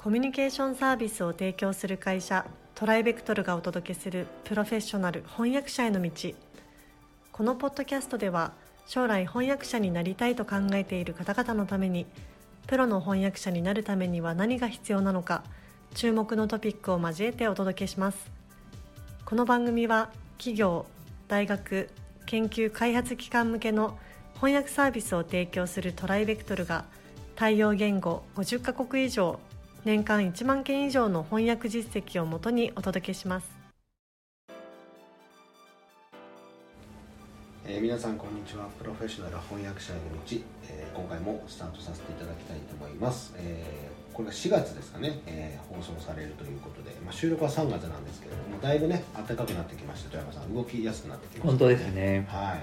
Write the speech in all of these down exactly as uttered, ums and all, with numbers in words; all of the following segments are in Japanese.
コミュニケーションサービスを提供する会社トライベクトルがお届けするプロフェッショナル翻訳者への道。このポッドキャストでは将来翻訳者になりたいと考えている方々のために、プロの翻訳者になるためには何が必要なのか、注目のトピックを交えてお届けします。この番組は企業、大学、研究開発機関向けの翻訳サービスを提供するトライベクトルが対応言語ごじゅっカ国以上、年間いちまんけん以上の翻訳実績をもとにお届けします。 えー、皆さんこんにちは。プロフェッショナル翻訳者への道、えー、今回もスタートさせていただきたいと思います。えー、これがしがつですかね、えー、放送されるということで、まあ、収録はさんがつなんですけれども、だいぶね暖かくなってきました。富山さん、動きやすくなってきました、ね、 本当ですね。 はい。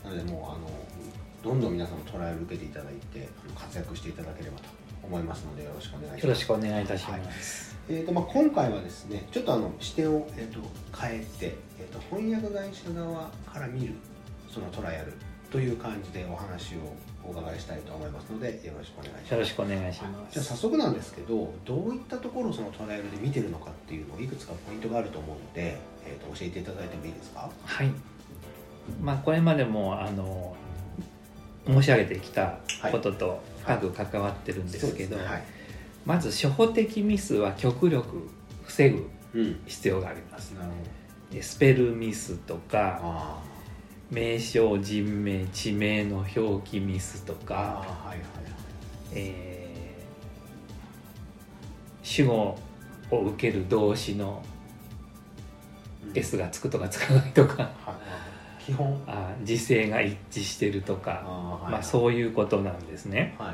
なのでもうあのどんどん皆さんのトライアル受けていただいて活躍していただければと思いますので、よろしくお願いします。 よろしくお願いいたします。 はい。えーとまあ、今回はですね、ちょっとあの視点を、えー、と変えて、えー、と翻訳会社側から見るそのトライアルという感じでお話をお伺いしたいと思いますので、よろしくお願いします。 よろしくお願いします。 はい、じゃあ早速なんですけど、どういったところをそのトライアルで見てるのかっていうのをいくつかポイントがあると思うので、えー、と教えていただいてもいいですか？ はい。まあこれまでもあの申し上げてきたことと深く関わってるんですけど、はいはい、まず初歩的ミスは極力防ぐ必要があります。うん、なるほど。スペルミスとか、名称、人名、地名の表記ミスとか、はいはいはい、えー、主語を受ける動詞の S がつくとかつかないとか、うん、基本あ時制が一致してるとか、あ、はいはい、まあ、そういうことなんですね。はい、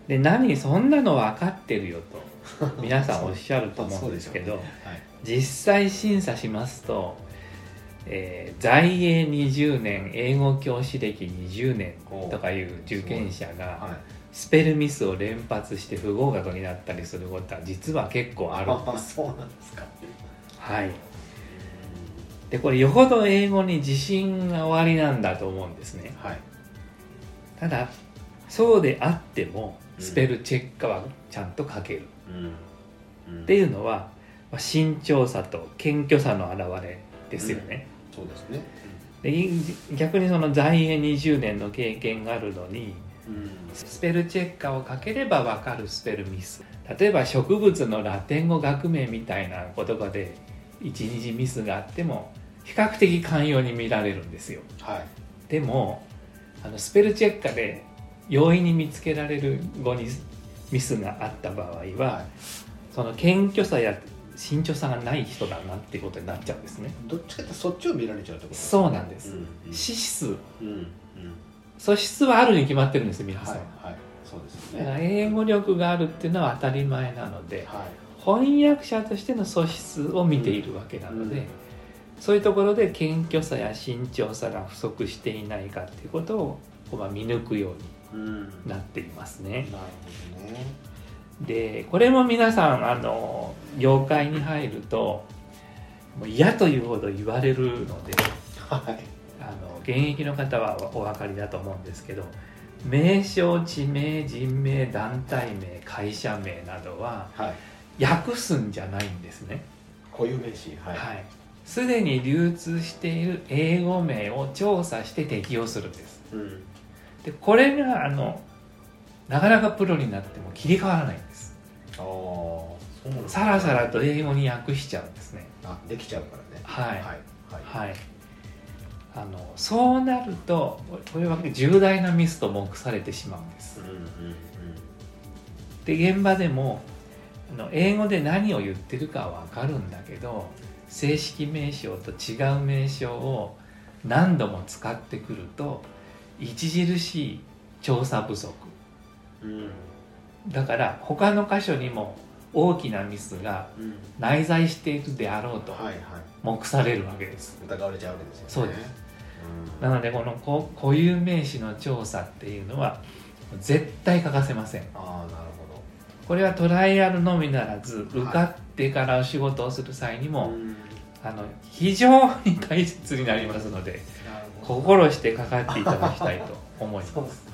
で何そんなの分かってるよと皆さんおっしゃると思うんですけど、ね、はい、実際審査しますと、えー、在英にじゅうねん、英語教師歴にじゅうねんとかいう受験者がスペルミスを連発して不合格になったりすることは実は結構あるんです。 そうなんですか。 はい。でこれよほど英語に自信がおありなんだと思うんですね。はい。ただそうであってもスペルチェックはちゃんと書ける、うんうん、っていうのは慎重さと謙虚さの表れですよね。 うん、そうですね。 で逆にその在英にじゅうねんの経験があるのに、うん、スペルチェッカーをかければ分かるスペルミス、例えば植物のラテン語学名みたいな言葉で一日ミスがあっても比較的寛容に見られるんですよ。はい、でもあのスペルチェッカーで容易に見つけられる語にミスがあった場合は、はい、その謙虚さや慎重さがない人だなっていうことになっちゃうんですね。 どっちかってそっちを見られちゃうってことですね。そうなんです。うんうん、資質、うんうん、素質はあるに決まってるんですよ、皆さん。はいはい、そうですね。だから英語力があるっていうのは当たり前なので、はい、翻訳者としての素質を見ているわけなので、うんうん、そういうところで謙虚さや慎重さが不足していないかっていうことをまあ見抜くようになっていますね。うん、なるほどね。でこれも皆さんあの業界に入るともう嫌というほど言われるので、はい、あの現役の方はお分かりだと思うんですけど、名称、地名、人名、団体名、会社名などは、はい、訳すんじゃないんですね。 固有名詞、はいはい、すでに流通している英語名を調査して適用するんです。うん、でこれがあのなかなかプロになっても切り替わらないんです。あ、そうなんですね。さらさらと英語に訳しちゃうんですね。 あ、できちゃうからね。 はいはいはい、はい、あのそうなるとこれは重大なミスと目されてしまうんです。うんうんうん、で現場でもあの英語で何を言ってるかは分かるんだけど、正式名称と違う名称を何度も使ってくると著しい調査不足、うん、だから他の箇所にも大きなミスが内在しているであろうと目されるわけです。 疑われちゃうわけですよね。 そうです。うん、なのでこの固有名詞の調査っていうのは絶対欠かせません。あ、なるほど。これはトライアルのみならず受かってからお仕事をする際にも、はい、あの非常に大切になりますので、心してかかっていただきたいと思います。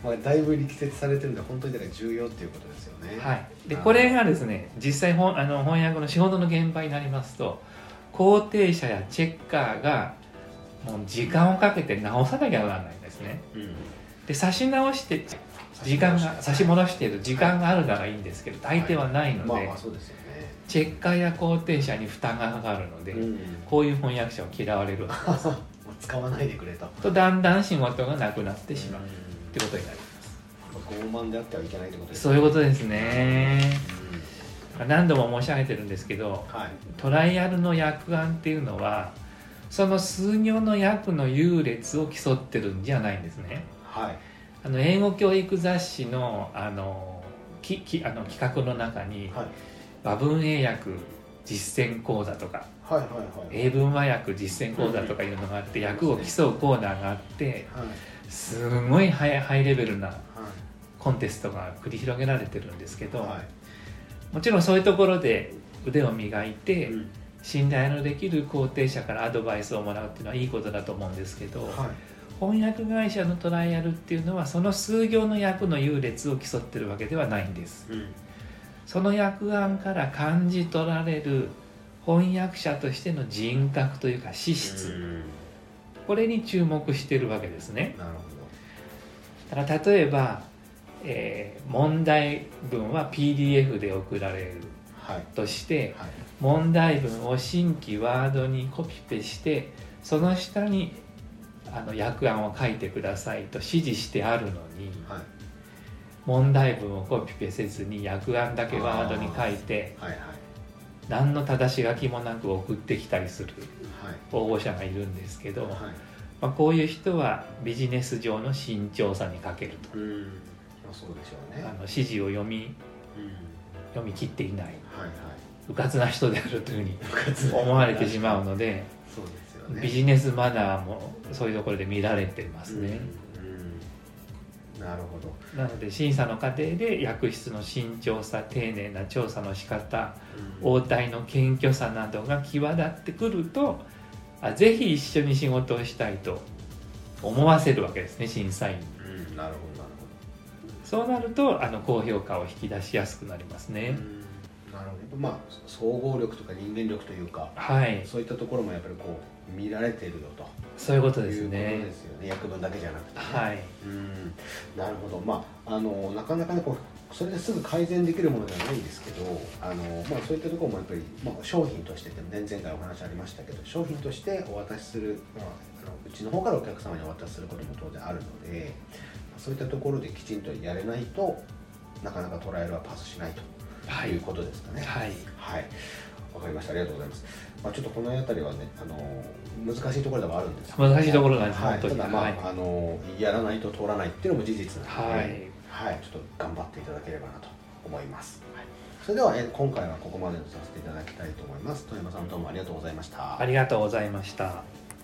まあ、だいぶ力説されてるんで本当にだから重要っていうことですよね。 はい、でこれがですね実際本あの翻訳の仕事の現場になりますと肯定者やチェッカーがもう時間をかけて直さなきゃならないんですね、うん、で差し直して時間が差し戻している時間があるならいいんですけど大抵はないのでチェッカーや肯定者に負担がかかるので、うん、こういう翻訳者を嫌われるわけです使わないでくれととだんだん仕事がなくなってしまう、うん、ってことになります。 傲慢であってはいけないってことですね。 そういうことですね、うん、何度も申し上げてるんですけど、はい、トライアルの訳案っていうのはその数行の訳の優劣を競ってるんじゃないんですね、はい、あの英語教育雑誌のあのききあの企画の中に、はい、和文英訳実践講座とか、はいはいはい、英文和訳実践講座とかいうのがあって、うん、訳を競うコーナーがあって、はい、すごいハイ、ハイレベルなコンテストが繰り広げられてるんですけど、はい、もちろんそういうところで腕を磨いて、うん、信頼のできる肯定者からアドバイスをもらうっていうのはいいことだと思うんですけど、はい、翻訳会社のトライアルっていうのはその数行の訳の優劣を競ってるわけではないんです、うん、その訳案から感じ取られる翻訳者としての人格というか資質、うん、これに注目しているわけですね。なるほど。だから例えば、えー、問題文は ピーディーエフ で送られるとして、はいはい、問題文を新規ワードにコピペしてその下にあの訳案を書いてくださいと指示してあるのに、はい、問題文をコピペせずに訳案だけワードに書いて、はいはい、何の正し書きもなく送ってきたりする応募者がいるんですけど、はいまあ、こういう人はビジネス上の慎重さに欠けると、うんまあ、そうでしょうね、あの指示を読み、うん、読み切っていない、はいはい、うかつな人であるというふうに思われてしまうのでそうですよね、ビジネスマナーもそういうところで見られてますね、 うんうん、なるほど。 なので審査の過程で訳筆の慎重さ、丁寧な調査の仕方、うん、応対の謙虚さなどが際立ってくるとあぜひ一緒に仕事をしたいと思わせるわけですね、審査員に、うん、なるほどなるほど。そうなるとあの高評価を引き出しやすくなりますね、うんなるほど。まあ、総合力とか人間力というか、はい、そういったところもやっぱりこう見られているよとそういうことですね。 いうことですよね。訳文だけじゃなくて、ね、 はい、 うんなるほど。まああのなかなかねこうそれですぐ改善できるものではないんですけど、あのまあそういったところもやっぱり、まあ、商品として前々回お話ありましたけど、商品としてお渡しする、まあ、あのうちの方からお客様にお渡しすることも当然あるので、そういったところできちんとやれないとなかなかトライアルはパスしないと。はい、いうことですかね。はい、はい、わかりました。ありがとうございます。まあ、ちょっとこの辺りはね、あの難しいところではあるんですけど、 難しいところなんです。 はい、ただまあ、はい、あのやらないと通らないっていうのも事実なので、はい、はい、ちょっと頑張っていただければなと思います。はい、それではえ今回はここまでとさせていただきたいと思います。富山さんどうもありがとうございました。 ありがとうございました。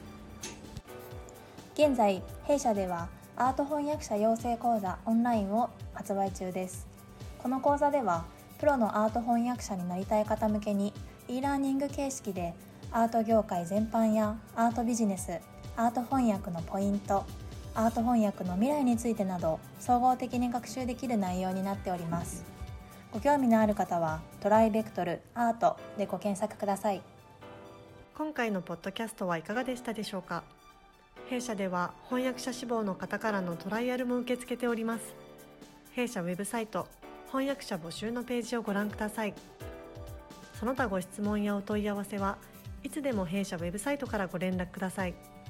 現在弊社ではアート翻訳者養成講座オンラインを発売中です。この講座ではプロのアート翻訳者になりたい方向けに e ラーニング形式でアート業界全般やアートビジネス、アート翻訳のポイント、アート翻訳の未来についてなど総合的に学習できる内容になっております。ご興味のある方はトライベクトルアートでご検索ください。 今回のポッドキャストはいかがでしたでしょうか。弊社では翻訳者志望の方からのトライアルも受け付けております。弊社ウェブサイト翻訳者募集のページをご覧ください。その他ご質問やお問い合わせはいつでも弊社ウェブサイトからご連絡ください。